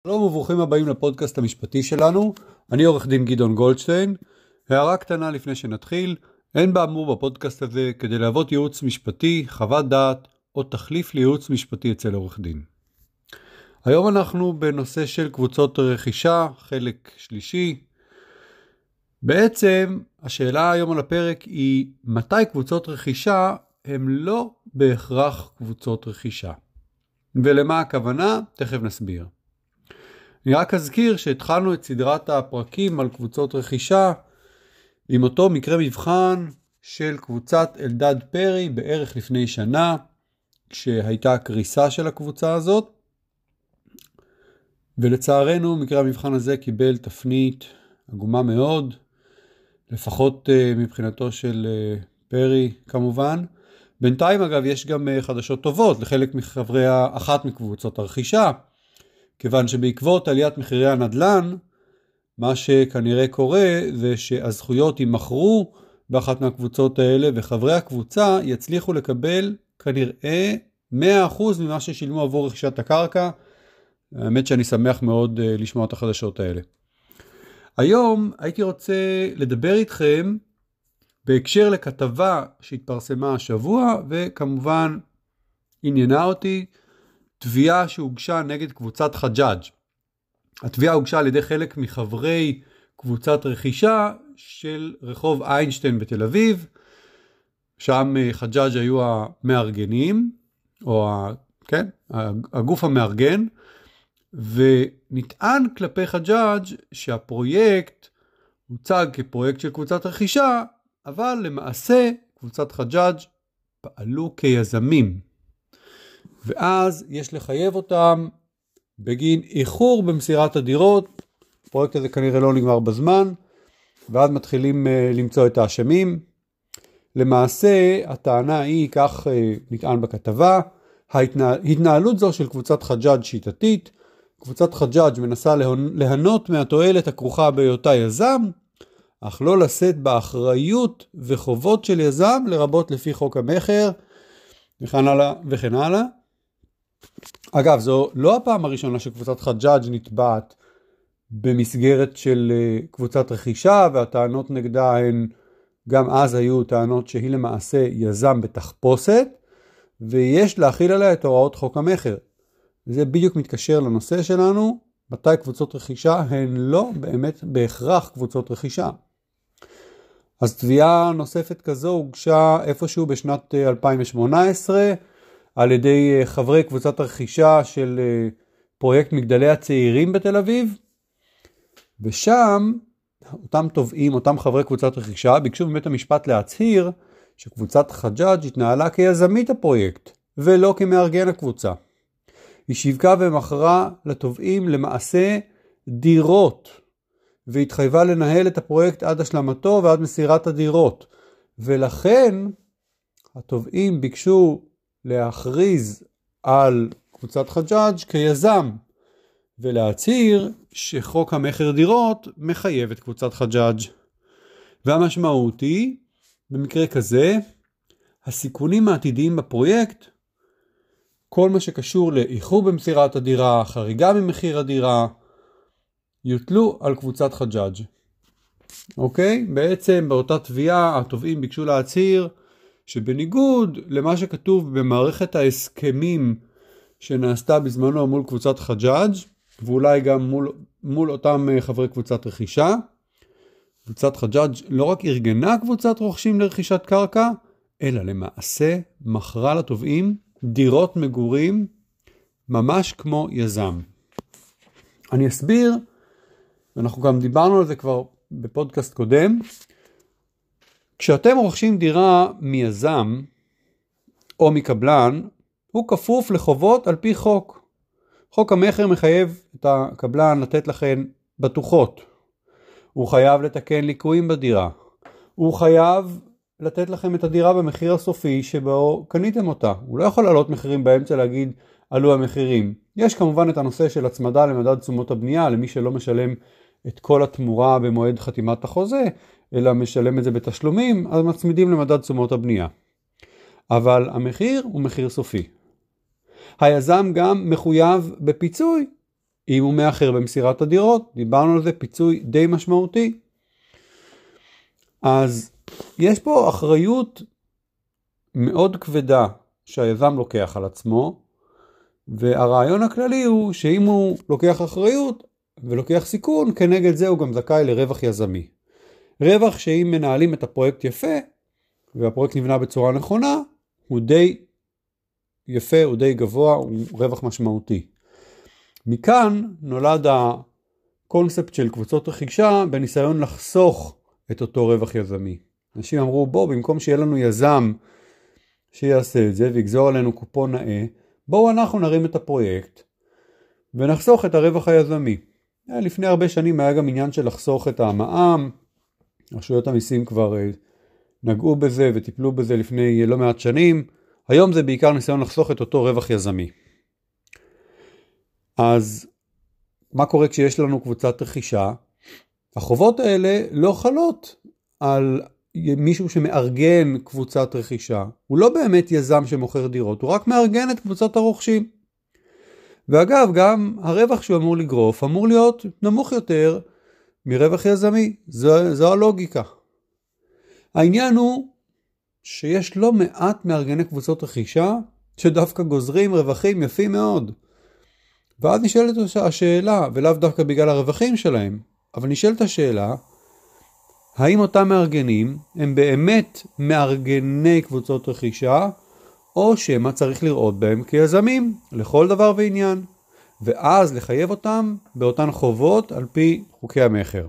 שלום וברוכים הבאים לפודקאסט המשפטי שלנו. אני עורך דין גדעון גולדשטיין. הערה קטנה לפני שנתחיל, אין באמור בפודקאסט הזה כדי להוות ייעוץ משפטי, חוות דעת או תחליף לייעוץ משפטי אצל עורך דין. היום אנחנו בנושא של קבוצות רכישה, חלק שלישי. בעצם השאלה היום על הפרק היא מתי קבוצות רכישה הם לא בהכרח קבוצות רכישה. ולמה הכוונה? תכף נסביר. אני רק אזכיר שהתחלנו את סדרת הפרקים על קבוצות רכישה עם אותו מקרה מבחן של קבוצת אלדד פרי בערך לפני שנה, כשהייתה קריסה של הקבוצה הזאת. ולצערנו מקרה המבחן הזה קיבל תפנית עגומה מאוד, לפחות מבחינתו של פרי כמובן. בינתיים אגב יש גם חדשות טובות לחלק מחברי אחת מקבוצות הרכישה, כיוון שבעקבות עליית מחירי הנדל"ן, מה שכנראה קורה זה שהזכויות יימכרו באחת מהקבוצות האלה, וחברי הקבוצה יצליחו לקבל כנראה 100% ממה ששילמו עבור רכישת הקרקע. האמת שאני שמח מאוד לשמוע את החדשות האלה. היום הייתי רוצה לדבר איתכם בהקשר לכתבה שהתפרסמה השבוע, וכמובן עניינה אותי תביעה שהוגשה נגד קבוצת חג'אג'. התביעה הוגשה על ידי חלק מחברי קבוצת רכישה של רחוב איינשטיין בתל אביב. שם חג'אג' היו המארגנים, או הגוף המארגן, ונטען כלפי חג'אג' שהפרויקט הוצג כפרויקט של קבוצת רכישה, אבל למעשה קבוצת חג'אג' פעלו כיזמים. ואז יש לחייב אותם בגין איחור במסירת הדירות. הפרויקט הזה כנראה לא נגמר בזמן, ואז מתחילים למצוא את האשמים. למעשה הטענה היא, כך נטען בכתבה, ההתנהלות זו של קבוצת חג'אג' שיטתית. קבוצת חג'אג' מנסה ליהנות מהתועלת הכרוכה בהיותה יזם, אך לא לשאת באחריות וחובות של יזם, לרבות לפי חוק המכר, וכן הלאה וכן הלאה. אגב, זו לא הפעם הראשונה שקבוצת חג'אג' נתבעת במסגרת של קבוצת רכישה, והטענות נגדה הן גם אז היו טענות שהיא למעשה יזם בתחפושת, ויש להכיל עליה את הוראות חוק המכר. זה בדיוק מתקשר לנושא שלנו, מתי קבוצות רכישה הן לא באמת בהכרח קבוצות רכישה. אז תביעה נוספת כזו הוגשה איפשהו בשנת 2018, על ידי חברי קבוצת הרכישה של פרויקט מגדלי הצעירים בתל אביב, ושם אותם תובעים, אותם חברי קבוצת רכישה, ביקשו מבית המשפט להצהיר שקבוצת חג'אג' התנהלה כיזמית הפרויקט, ולא כמארגן הקבוצה. היא שיווקה ומכרה לתובעים למעשה דירות, והתחייבה לנהל את הפרויקט עד השלמתו ועד מסירת הדירות, ולכן התובעים ביקשו להכריז על קבוצת חג'אג' כיזם, ולהצהיר שחוק המכר דירות מחייב את קבוצת חג'אג'. והמשמעות היא, במקרה כזה, הסיכונים העתידיים בפרויקט, כל מה שקשור לאיחור במסירת הדירה, חריגה ממחיר הדירה, יוטלו על קבוצת חג'אג'. אוקיי? בעצם באותה תביעה התובעים ביקשו להצהיר שבניגוד למה שכתוב במערכת ההסכמים שנעשתה בזמנו מול קבוצת חג'אג', ואולי גם מול אותם חברי קבוצת רכישה, קבוצת חג'אג' לא רק ארגנה קבוצת רוכשים לרכישת קרקע, אלא למעשה מכרה לתובעים דירות מגורים ממש כמו יזם. אני אסביר, ואנחנו גם דיברנו על זה כבר בפודקאסט קודם. כשאתם רוכשים דירה מיזם או מקבלן, הוא כפוף לחובות על פי חוק. חוק המכר מחייב את הקבלן לתת לכם בטוחות. הוא חייב לתקן ליקויים בדירה. הוא חייב לתת לכם את הדירה במחיר הסופי שבו קניתם אותה. הוא לא יכול לעלות מחירים באמצע להגיד עלו המחירים. יש כמובן את הנושא של הצמדה למדד תשומות הבנייה, למי שלא משלם את כל התמורה במועד חתימת החוזה, אלא משלם את זה בתשלומים, אז מצמידים למדד תשומות הבנייה. אבל המחיר הוא מחיר סופי. היזם גם מחויב בפיצוי אם הוא מאחר במסירת הדירות, דיברנו על זה, פיצוי די משמעותי. אז יש פה אחריות מאוד כבדה שהיזם לוקח על עצמו, והרעיון הכללי הוא שאם הוא לוקח אחריות ולוקח סיכון, כנגד זה הוא גם זכאי לרווח יזמי. רווח שאם מנהלים את הפרויקט יפה, והפרויקט נבנה בצורה נכונה, הוא די יפה, הוא די גבוה, הוא רווח משמעותי. מכאן נולד הקונספט של קבוצות רכישה בניסיון לחסוך את אותו רווח יזמי. אנשים אמרו, במקום שיהיה לנו יזם שיעשה את זה ויגזור עלינו קופון נאה, בואו אנחנו נרים את הפרויקט ונחסוך את הרווח היזמי. לפני הרבה שנים היה גם עניין של לחסוך את המע"מ, רשויות המיסים כבר נגעו בזה וטיפלו בזה לפני לא מעט שנים, היום זה בעיקר ניסיון לחסוך את אותו רווח יזמי. אז מה קורה כשיש לנו קבוצת רכישה? החובות האלה לא חלות על מישהו שמארגן קבוצת רכישה. הוא לא באמת יזם שמוכר דירות, הוא רק מארגן את קבוצת הרוכשים. ואגב, גם הרווח שהוא אמור לגרוף אמור להיות נמוך יותר מרווח יזמי. זו הלוגיקה. העניין הוא שיש לא מעט מארגני קבוצות רכישה שדווקא גוזרים רווחים יפים מאוד. ואז נשאלת השאלה, ולאו דווקא בגלל הרווחים שלהם, אבל נשאלת השאלה, האם אותם מארגנים הם באמת מארגני קבוצות רכישה, או שמה צריך לראות בהם כיזמים לכל דבר ועניין, ואז לחייב אותם באותן חובות על פי חוקי המחר.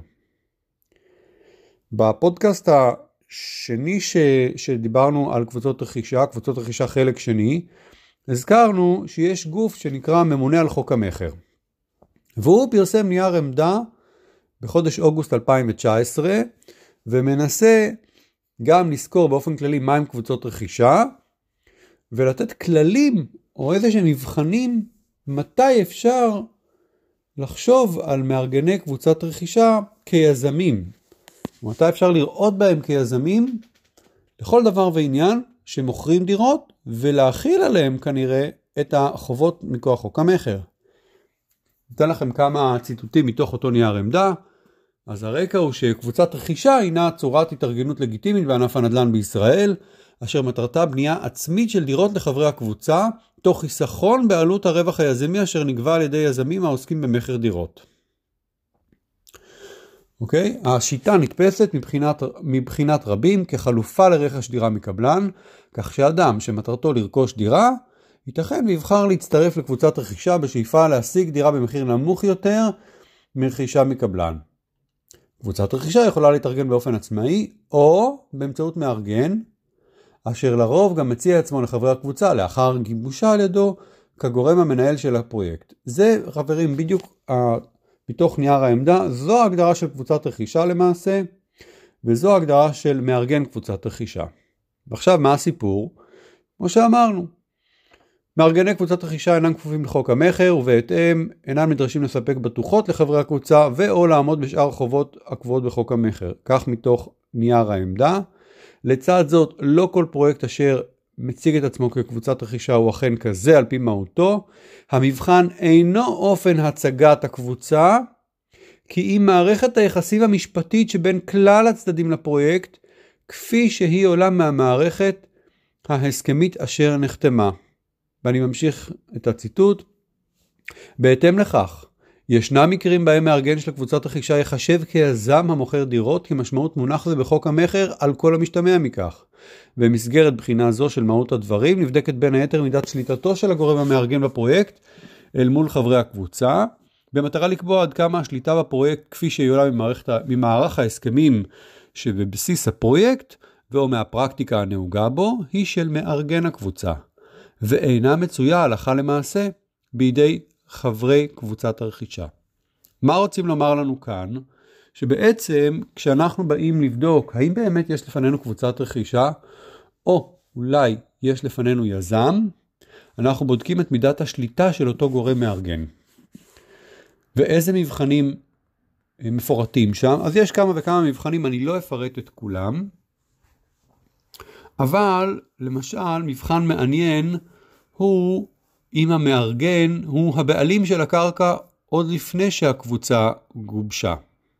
בפודקאסט השני שדיברנו על קבוצות רכישה חלק שני, הזכרנו שיש גוף שנקרא ממונה על חוק המחר. והוא פרסם נייר עמדה בחודש אוגוסט 2019, ומנסה גם לזכור באופן כללי מהם קבוצות רכישה, ולתת כללים או איזה שהם מבחנים מתי אפשר לחשוב על מארגני קבוצת רכישה כיזמים. מתי אפשר לראות בהם כיזמים לכל דבר ועניין שמוכרים דירות, ולהכיל עליהם כנראה את החובות מכוח חוק המחר. אתן לכם כמה ציטוטים מתוך אותו נייר עמדה. אז הרקע הוא שקבוצת רכישה הינה צורת התארגנות לגיטימית בענף הנדל"ן בישראל, אשר מטרתה בנייה עצמית של דירות לחברי הקבוצה, תוך חיסכון בעלות הרווח היזמי אשר נגבה על ידי יזמים העוסקים במחר דירות. אוקיי? השיטה נתפסת מבחינת רבים כחלופה לרכש דירה מקבלן, כך שאדם שמטרתו לרכוש דירה, ייתכן ויבחר להצטרף לקבוצת רכישה בשאיפה להשיג דירה במחיר נמוך יותר מרכישה מקבלן. קבוצת רכישה יכולה להתארגן באופן עצמאי או באמצעות מארגן, אשר לרוב גם מציע עצמו לחברי הקבוצה לאחר גיבושה על ידו כגורם המנהל של הפרויקט. זה, חברים, בדיוק מתוך נייר העמדה, זו ההגדרה של קבוצת רכישה למעשה, וזו ההגדרה של מארגן קבוצת רכישה. ועכשיו מה הסיפור? כמו שאמרנו, מארגני קבוצת רכישה אינם כפופים לחוק המחר, ובהתאם אינם נדרשים לספק בטוחות לחברי הקבוצה, ואו לעמוד בשאר חובות הקבועות בחוק המחר. כך מתוך נייר העמדה. לצד זאת, לא כל פרויקט אשר מציג את עצמו כקבוצת רכישה הוא אכן כזה על פי מהותו. המבחן אינו אופן הצגת הקבוצה, כי אם מערכת היחסים המשפטית שבין כלל הצדדים לפרויקט, כפי שהיא עולה מהמערכת ההסכמית אשר נחתמה. ואני ממשיך את הציטוט. בהתאם לכך, ישנם מקרים בהם מארגן של קבוצת רכישה יחשב כיזם המוכר דירות, כמשמעות מונח זה בחוק המחר על כל המשתמע מכך. במסגרת בחינה זו של מהות הדברים, נבדקת בין היתר מידת שליטתו של הגורם המארגן בפרויקט אל מול חברי הקבוצה, במטרה לקבוע עד כמה השליטה בפרויקט כפי שהיא עולה ממערך ההסכמים שבבסיס הפרויקט, ואו מהפרקטיקה הנהוגה בו, היא של מארגן הקבוצה, ואינה מצויה הלכה למעשה בידי חברי קבוצת הרכישה. מה רוצים לומר לנו כאן? שבעצם כשאנחנו באים לבדוק האם באמת יש לפנינו קבוצת רכישה, או אולי יש לפנינו יזם, אנחנו בודקים את מידת השליטה של אותו גורם מארגן. ואיזה מבחנים מפורטים שם? אז יש כמה וכמה מבחנים, אני לא אפרט את כולם. אבל למשל מבחן מעניין הוא אם המארגן הוא הבעלים של הקרקע עוד לפני שהקבוצה גובשה.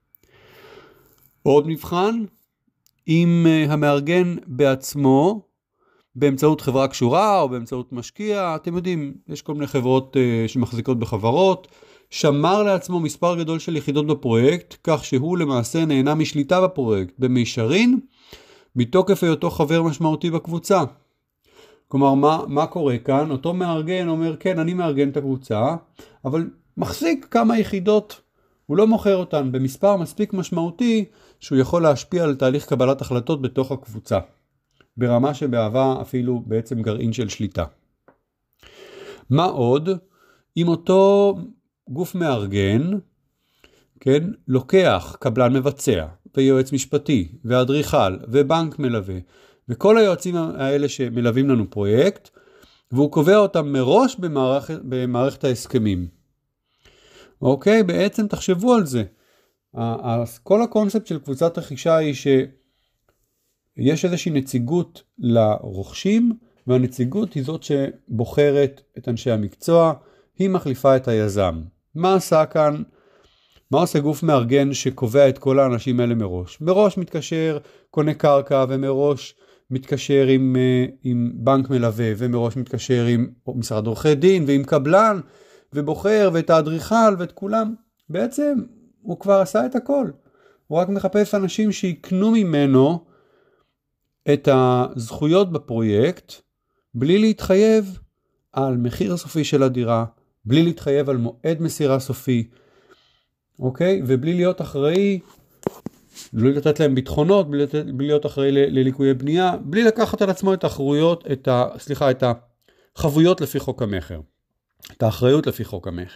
עוד מבחן, אם המארגן בעצמו, באמצעות חברה קשורה או באמצעות משקיע, אתם יודעים, יש כל מיני חברות שמחזיקות בחברות, שמר לעצמו מספר גדול של יחידות בפרויקט, כך שהוא למעשה נהנה משליטה בפרויקט, במישרין, מתוקף היותו חבר משמעותי בקבוצה. כלומר, מה קורה כאן? אותו מארגן אומר, כן, אני מארגן את הקבוצה, אבל מחזיק כמה יחידות, הוא לא מוכר אותן במספר מספיק משמעותי, שהוא יכול להשפיע על תהליך קבלת החלטות בתוך הקבוצה, ברמה שבהווה אפילו בעצם גרעין של שליטה. מה עוד? אם אותו גוף מארגן, כן, לוקח קבלן מבצע, ויועץ משפטי, ואדריכל, ובנק מלווה, וכל היועצים האלה שמלווים לנו פרויקט, והוא קובע אותם מראש במערכת ההסכמים. אוקיי, בעצם תחשבו על זה. כל הקונספט של קבוצת רכישה היא שיש איזושהי נציגות לרוכשים, והנציגות היא זאת שבוחרת את אנשי המקצוע, היא מחליפה את היזם. מה עשה כאן? מה עושה גוף מארגן שקובע את כל האנשים האלה מראש? מראש מתקשר, קונה קרקע, ומראש מתקשר עם בנק מלווה, ומראש מתקשר עם משרד עורכי דין, ועם קבלן, ובוחר, ואת האדריכל, ואת כולם. בעצם הוא כבר עשה את הכל. הוא רק מחפש אנשים שיקנו ממנו את הזכויות בפרויקט, בלי להתחייב על מחיר הסופי של הדירה, בלי להתחייב על מועד מסירה סופי, אוקיי? ובלי להיות אחראי, בלי לתת להם ביטחונות, בלי להיות אחראי לליקויי בנייה, בלי לקחת על עצמו את את החבויות לפי חוק המחר. את האחריות לפי חוק המחר.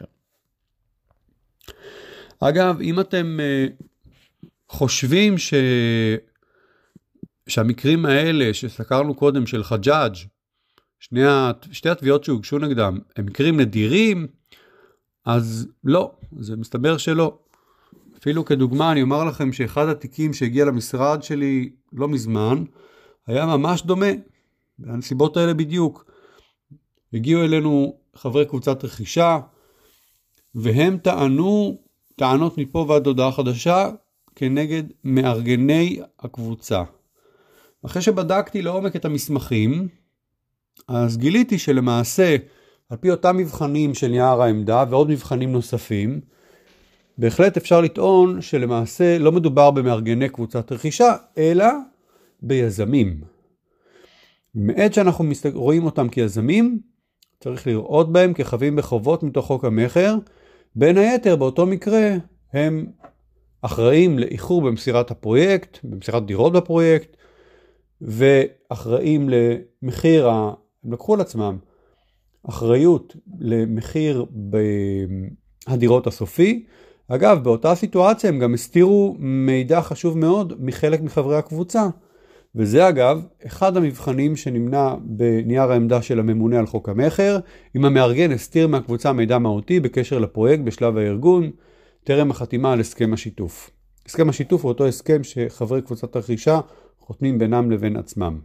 אגב, אם אתם חושבים שהמקרים האלה שסקרנו קודם של חג'אג', שתי התביעות שהוגשו נגדם, הם מקרים נדירים, אז לא, זה מסתבר שלא. אפילו כדוגמה, אני אומר לכם שאחד התיקים שהגיע למשרד שלי לא מזמן, היה ממש דומה, בנסיבות האלה בדיוק. הגיעו אלינו חברי קבוצת רכישה, והם טענו טענות מפה ועד הודעה חדשה, כנגד מארגני הקבוצה. אחרי שבדקתי לעומק את המסמכים, אז גיליתי שלמעשה, על פי אותם מבחנים של נייר העמדה ועוד מבחנים נוספים, בהחלט אפשר לטעון שלמעשה לא מדובר במארגני קבוצת רכישה, אלא ביזמים. מעת שאנחנו רואים אותם כיזמים, צריך לראות בהם כחבים בחובות מתוך חוק המחר. בין היתר, באותו מקרה, הם אחראים לאיחור במסירת הפרויקט, במסירת דירות בפרויקט, ואחראים למחיר, הם לקחו על עצמם אחריות למחיר הדירות הסופי. אגב, באותה סיטואציה הם גם הסתירו מידע חשוב מאוד מחלק מחברי הקבוצה. וזה אגב, אחד המבחנים שנמנע בנייר העמדה של הממונה על חוק המחר, אם המארגן הסתיר מהקבוצה מידע מהותי בקשר לפרויקט בשלב הארגון, טרם החתימה על הסכם השיתוף. הסכם השיתוף הוא אותו הסכם שחברי קבוצת הרכישה חותמים בינם לבין עצמם.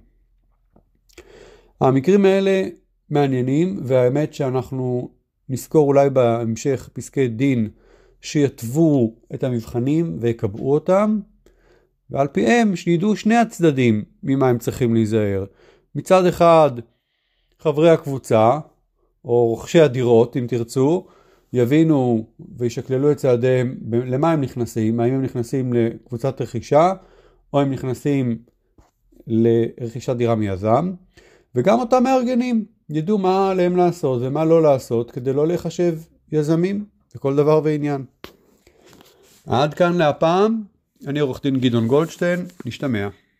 המקרים האלה מעניינים, והאמת שאנחנו נזכור אולי בהמשך פסקי דין שיתוו את המבחנים ויקבעו אותם, ועל פיהם שידעו שני הצדדים ממה הם צריכים להיזהר. מצד אחד, חברי הקבוצה, או רוכשי הדירות, אם תרצו, יבינו וישקללו את צעדיהם למה הם נכנסים, האם הם נכנסים לקבוצת רכישה, או הם נכנסים לרכישת דירה מיזם, וגם אותם מארגנים ידעו מה עליהם לעשות ומה לא לעשות, כדי לא להיחשב יזמים בכל דבר ועניין. עד כאן להפעם. אני עורך דין גדעון גולדשטיין, נשתמע.